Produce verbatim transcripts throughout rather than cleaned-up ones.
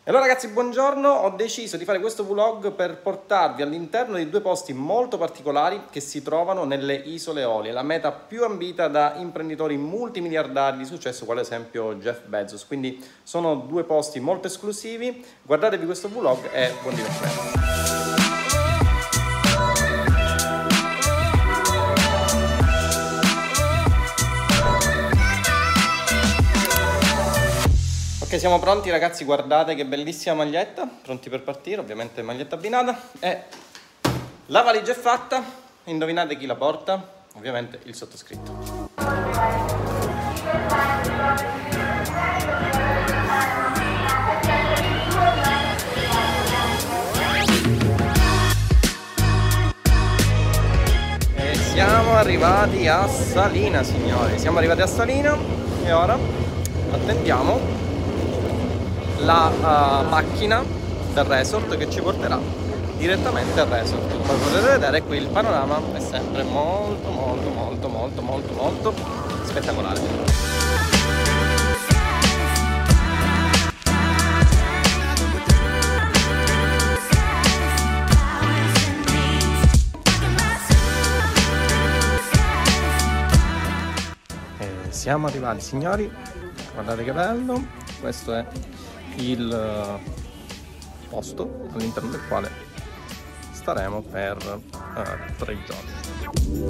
Allora ragazzi, buongiorno, ho deciso di fare questo vlog per portarvi all'interno di due posti molto particolari che si trovano nelle Isole Eolie, la meta più ambita da imprenditori multimiliardari di successo, quale ad esempio Jeff Bezos. Quindi sono due posti molto esclusivi, guardatevi questo vlog e buon divertimento. Ok, siamo pronti ragazzi, guardate che bellissima maglietta, pronti per partire, ovviamente maglietta abbinata, e la valigia è fatta, indovinate chi la porta? Ovviamente il sottoscritto. E siamo arrivati a Salina, signori, siamo arrivati a Salina e ora attendiamo la uh, macchina del resort che ci porterà direttamente al resort. Come potete vedere qui il panorama è sempre molto molto molto molto molto molto spettacolare. E siamo arrivati signori, guardate che bello, questo è il posto all'interno del quale staremo per uh, tre giorni.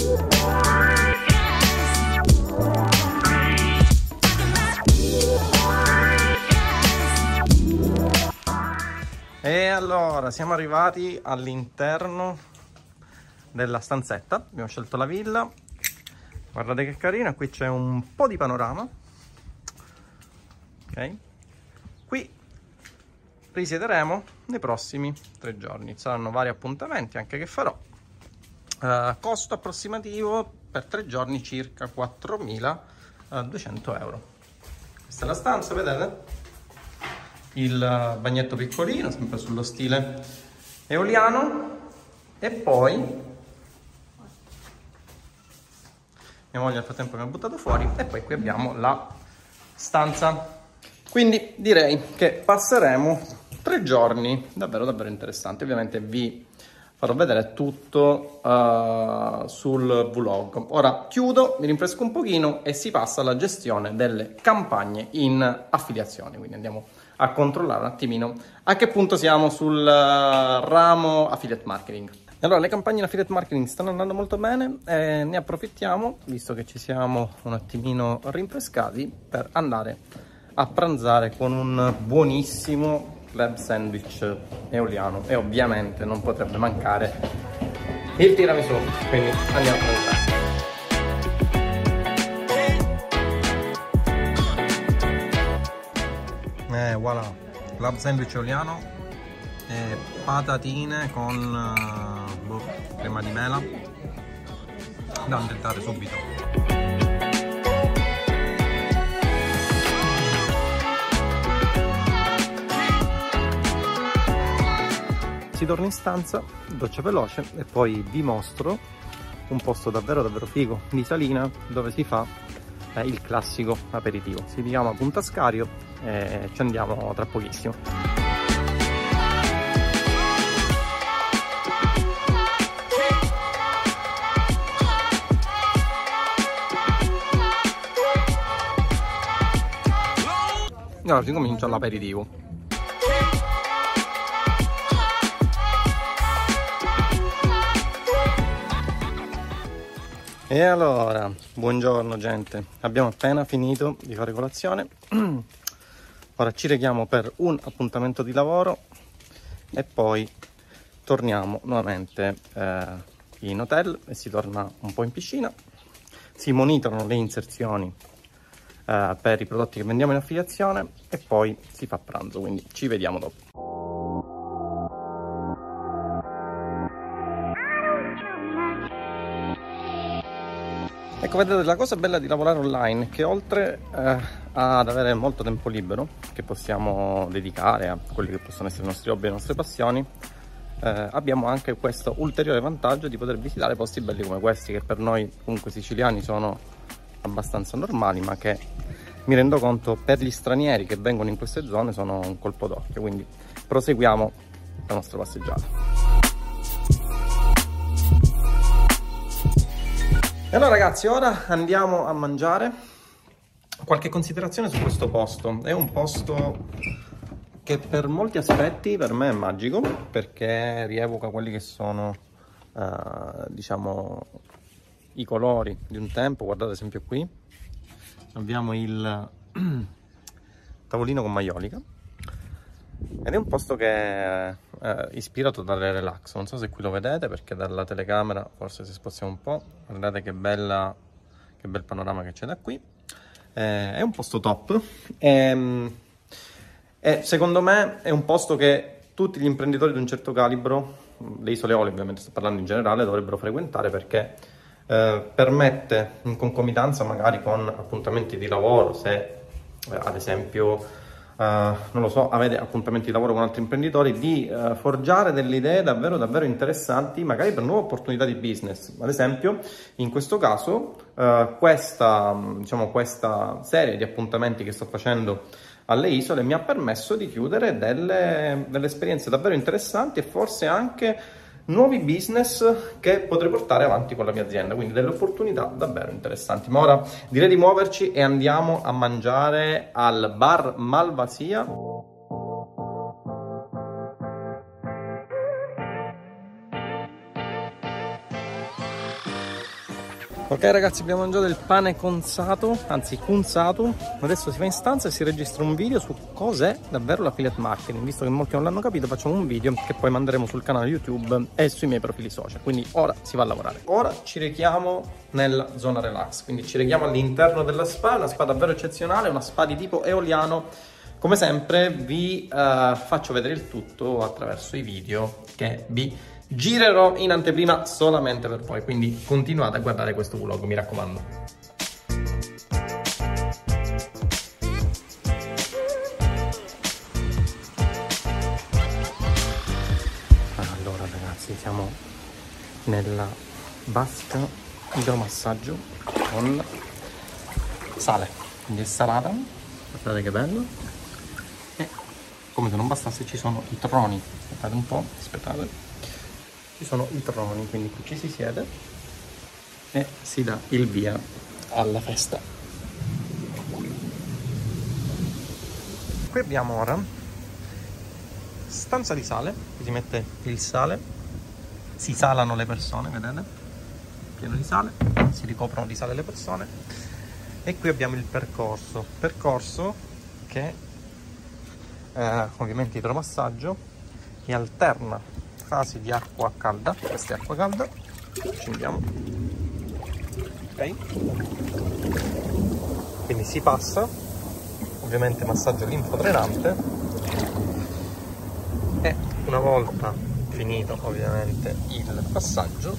E allora siamo arrivati all'interno della stanzetta, abbiamo scelto la villa, guardate che carina, qui c'è un po' di panorama, ok? Qui risiederemo nei prossimi tre giorni, saranno vari appuntamenti anche che farò. Uh, costo approssimativo per tre giorni circa quattromiladuecento euro. Questa è la stanza, vedete? Il bagnetto piccolino, sempre sullo stile eoliano, e poi mia moglie nel frattempo mi ha buttato fuori, e poi qui abbiamo la stanza. Quindi direi che passeremo tre giorni davvero davvero interessanti. Ovviamente vi farò vedere tutto uh, sul vlog. Ora chiudo, mi rinfresco un pochino e si passa alla gestione delle campagne in affiliazione. Quindi andiamo a controllare un attimino a che punto siamo sul uh, ramo affiliate marketing. Allora, le campagne in affiliate marketing stanno andando molto bene e ne approfittiamo, visto che ci siamo un attimino rinfrescati, per andare a pranzare con un buonissimo club sandwich eoliano, e ovviamente non potrebbe mancare il tiramisù, quindi andiamo a pranzare. E voilà, club sandwich eoliano e patatine con uh, boh, crema di mela da andare subito. Si torna in stanza, doccia veloce, e poi vi mostro un posto davvero davvero figo di Salina dove si fa eh, il classico aperitivo. Si chiama Punta Scario e ci andiamo tra pochissimo. E allora si comincia l'aperitivo. E allora, buongiorno gente, abbiamo appena finito di fare colazione, ora ci reghiamo per un appuntamento di lavoro e poi torniamo nuovamente eh, in hotel e si torna un po' in piscina, si monitorano le inserzioni eh, per i prodotti che vendiamo in affiliazione e poi si fa pranzo, quindi ci vediamo dopo. Ecco, vedete, la cosa bella di lavorare online è che oltre eh, ad avere molto tempo libero che possiamo dedicare a quelli che possono essere i nostri hobby e le nostre passioni, eh, abbiamo anche questo ulteriore vantaggio di poter visitare posti belli come questi, che per noi comunque siciliani sono abbastanza normali, ma che mi rendo conto per gli stranieri che vengono in queste zone sono un colpo d'occhio, quindi proseguiamo la nostra passeggiata. E allora ragazzi, ora andiamo a mangiare. Qualche considerazione su questo posto. È un posto che per molti aspetti per me è magico, perché rievoca quelli che sono uh, diciamo i colori di un tempo. Guardate, ad esempio qui abbiamo il tavolino con maiolica ed è un posto che è eh, ispirato dalle relax. Non so se qui lo vedete, perché dalla telecamera forse se spostiamo un po', guardate che bella, che bel panorama che c'è da qui. Eh, è un posto top e, e secondo me è un posto che tutti gli imprenditori di un certo calibro, le isole Eolie ovviamente sto parlando in generale, dovrebbero frequentare, perché eh, permette in concomitanza magari con appuntamenti di lavoro, se eh, ad esempio Uh, non lo so, avete appuntamenti di lavoro con altri imprenditori, di uh, forgiare delle idee davvero davvero interessanti, magari per nuove opportunità di business. Ad esempio, in questo caso, uh, questa, diciamo, questa serie di appuntamenti che sto facendo alle isole mi ha permesso di chiudere delle, delle esperienze davvero interessanti e forse anche nuovi business che potrei portare avanti con la mia azienda, quindi delle opportunità davvero interessanti. Ma ora direi di muoverci e andiamo a mangiare al bar Malvasia. Ok ragazzi, abbiamo mangiato il pane consato, anzi cunzato. Adesso si va in stanza e si registra un video su cos'è davvero l'affiliate marketing. Visto che molti non l'hanno capito, facciamo un video che poi manderemo sul canale YouTube e sui miei profili social. Quindi ora si va a lavorare. Ora ci rechiamo nella zona relax, quindi ci rechiamo all'interno della spa, una spa davvero eccezionale, una spa di tipo eoliano. Come sempre vi uh, faccio vedere il tutto attraverso i video che vi girerò in anteprima solamente per voi, quindi continuate a guardare questo vlog, mi raccomando. Allora ragazzi, siamo nella vasca idromassaggio con sale, quindi è salata, guardate che bello. E come se non bastasse ci sono i troni, aspettate un po', aspettate. Ci sono i troni, quindi qui ci si siede e si dà il via alla festa. Qui abbiamo ora stanza di sale, qui si mette il sale, si salano le persone, vedete? Pieno di sale, si ricoprono di sale le persone. E qui abbiamo il percorso, percorso che eh, ovviamente idromassaggio e alterna fasi di acqua calda. Questa è acqua calda, accendiamo, ok, quindi si passa ovviamente massaggio linfodrenante e una volta finito ovviamente il passaggio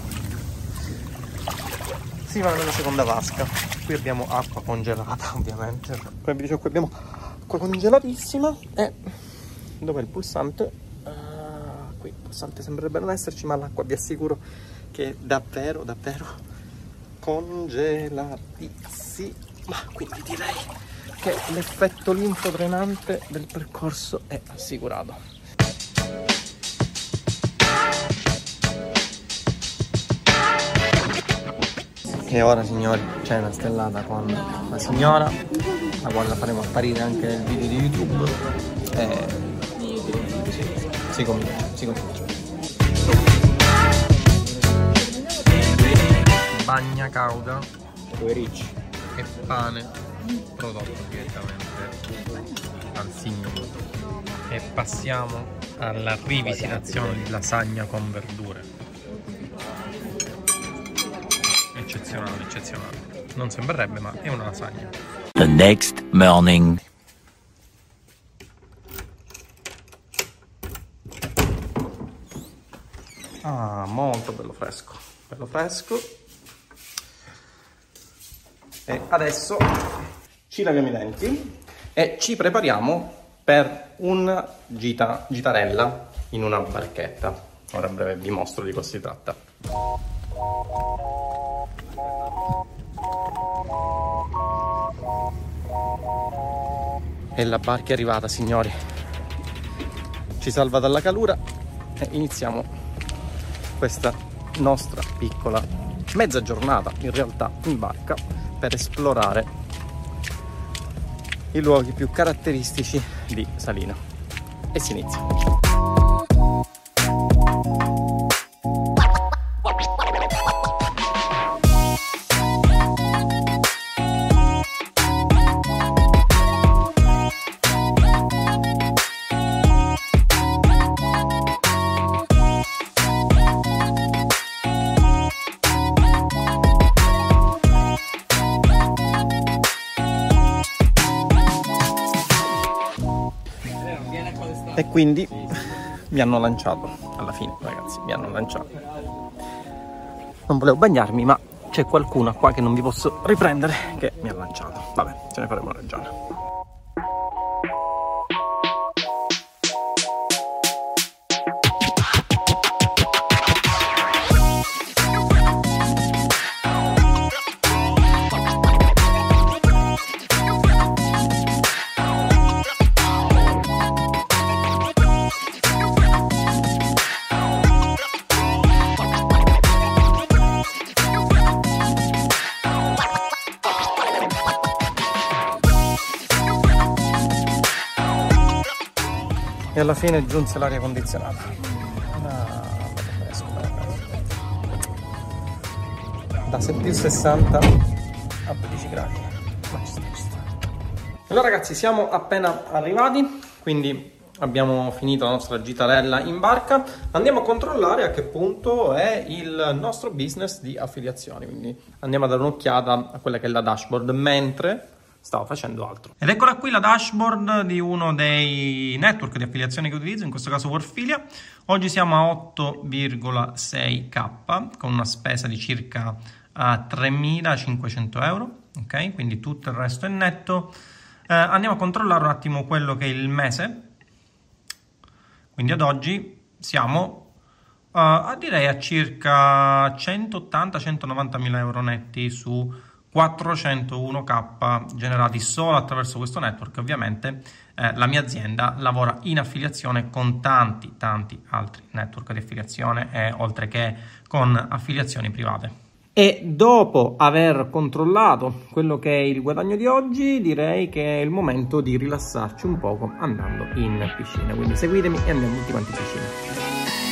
si va nella seconda vasca. Qui abbiamo acqua congelata ovviamente, come vi dicevo qui abbiamo acqua congelatissima e dove è il pulsante? Qui il pulsante sembrerebbe non esserci, ma l'acqua vi assicuro che è davvero davvero congelatissima, quindi direi che l'effetto linfodrenante del percorso è assicurato. E ora signori c'è una stellata con la signora, la quale la faremo apparire anche nel video di YouTube e si comincia, si comincia. Bagna cauda e pane prodotto direttamente dal signore. E passiamo alla rivisitazione di lasagna con verdure. Eccezionale, eccezionale. Non sembrerebbe, ma è una lasagna. The next morning. Ah, molto bello fresco, bello fresco. E adesso ci laviamo i denti e ci prepariamo per una gita, gitarella in una barchetta. Ora a breve vi mostro di cosa si tratta. E la barca è arrivata, signori. Ci salva dalla calura e iniziamo questa nostra piccola mezza giornata, in realtà, in barca per esplorare i luoghi più caratteristici di Salina. E si inizia. E quindi mi hanno lanciato, alla fine ragazzi, mi hanno lanciato. Non volevo bagnarmi, ma c'è qualcuno qua che non vi posso riprendere che mi ha lanciato. Vabbè, ce ne faremo ragione. E alla fine giunse l'aria condizionata. Da più sessanta a dodici gradi. Ma ci sta, ci sta. Allora ragazzi, siamo appena arrivati, quindi abbiamo finito la nostra gitarella in barca. Andiamo a controllare a che punto è il nostro business di affiliazioni. Quindi andiamo a dare un'occhiata a quella che è la dashboard mentre stavo facendo altro. Ed eccola qui la dashboard di uno dei network di affiliazione che utilizzo, in questo caso Wordfilia. Oggi siamo a otto virgola sei K con una spesa di circa uh, tremilacinquecento euro, ok? Quindi tutto il resto è netto. Uh, andiamo a controllare un attimo quello che è il mese. Quindi ad oggi siamo uh, a direi a circa centottanta centonovanta mila euro netti su quattrocentouno K generati solo attraverso questo network. Ovviamente eh, la mia azienda lavora in affiliazione con tanti tanti altri network di affiliazione e oltre che con affiliazioni private. E dopo aver controllato quello che è il guadagno di oggi, direi che è il momento di rilassarci un poco andando in piscina. Quindi seguitemi e andiamo tutti quanti in piscina.